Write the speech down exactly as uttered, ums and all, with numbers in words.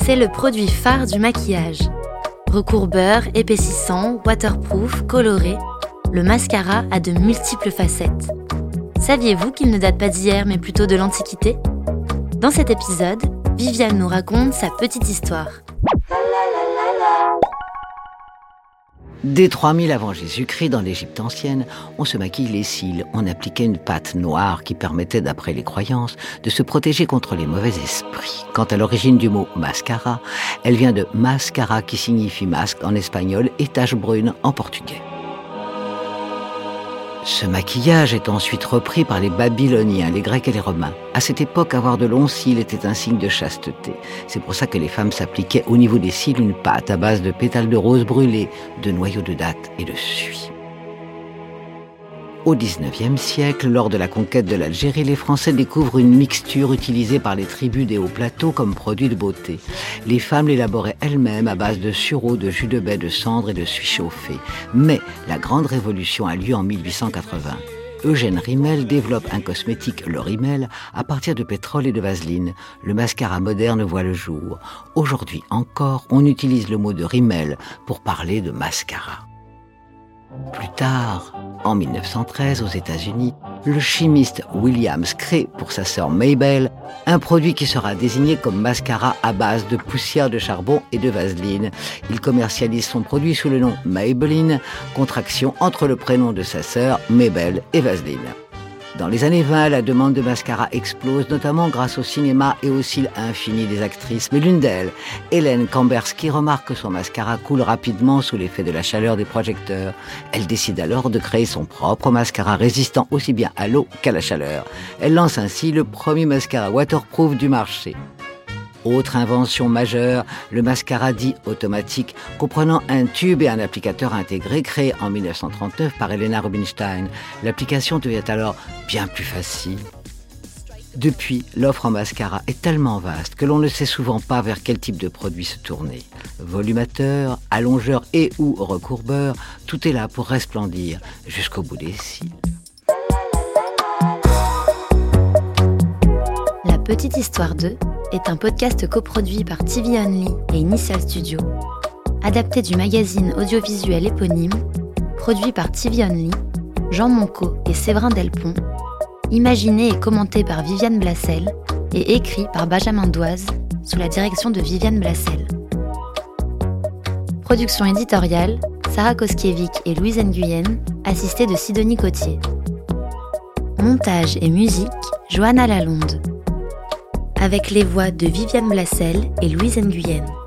C'est le produit phare du maquillage. Recourbeur, épaississant, waterproof, coloré, le mascara a de multiples facettes. Saviez-vous qu'il ne date pas d'hier mais plutôt de l'Antiquité ? Dans cet épisode, Viviane nous raconte sa petite histoire. Dès trois mille avant Jésus-Christ, dans l'Égypte ancienne, on se maquille les cils, on appliquait une pâte noire qui permettait, d'après les croyances, de se protéger contre les mauvais esprits. Quant à l'origine du mot mascara, elle vient de mascara qui signifie masque en espagnol et tache brune en portugais. Ce maquillage est ensuite repris par les Babyloniens, les Grecs et les Romains. À cette époque, avoir de longs cils était un signe de chasteté. C'est pour ça que les femmes s'appliquaient au niveau des cils une pâte à base de pétales de rose brûlés, de noyaux de dattes et de suie. Au dix-neuvième siècle, lors de la conquête de l'Algérie, les Français découvrent une mixture utilisée par les tribus des hauts plateaux comme produit de beauté. Les femmes l'élaboraient elles-mêmes à base de sureau, de jus de baie, de cendre et de suie chauffée. Mais la grande révolution a lieu en mille huit cent quatre-vingts. Eugène Rimmel développe un cosmétique, le Rimmel, à partir de pétrole et de vaseline. Le mascara moderne voit le jour. Aujourd'hui encore, on utilise le mot de Rimmel pour parler de mascara. Plus tard, en mille neuf cent treize, aux États-Unis, le chimiste Williams crée pour sa sœur Maybelle un produit qui sera désigné comme mascara à base de poussière de charbon et de vaseline. Il commercialise son produit sous le nom Maybelline, contraction entre le prénom de sa sœur, Maybelle, et Vaseline. Dans les années vingt, la demande de mascara explose, notamment grâce au cinéma et au cils infini des actrices. Mais l'une d'elles, Hélène Kambersky, remarque que son mascara coule rapidement sous l'effet de la chaleur des projecteurs. Elle décide alors de créer son propre mascara résistant aussi bien à l'eau qu'à la chaleur. Elle lance ainsi le premier mascara waterproof du marché. Autre invention majeure, le mascara dit automatique, comprenant un tube et un applicateur intégrés, créé en mille neuf cent trente-neuf par Helena Rubinstein. L'application devient alors bien plus facile. Depuis, l'offre en mascara est tellement vaste que l'on ne sait souvent pas vers quel type de produit se tourner. Volumateur, allongeur et ou recourbeur, tout est là pour resplendir jusqu'au bout des cils. La petite histoire de est un podcast coproduit par T V Only et Initial Studio, adapté du magazine audiovisuel éponyme, produit par T V Only, Jean Monco et Séverin Delpont, imaginé et commenté par Viviane Blassel et écrit par Benjamin Doise sous la direction de Viviane Blassel. Production éditoriale, Sarah Koskiewicz et Louise Nguyen, assistée de Sidonie Cotier. Montage et musique, Johanna Lalonde. Avec les voix de Viviane Blassel et Louise Nguyen.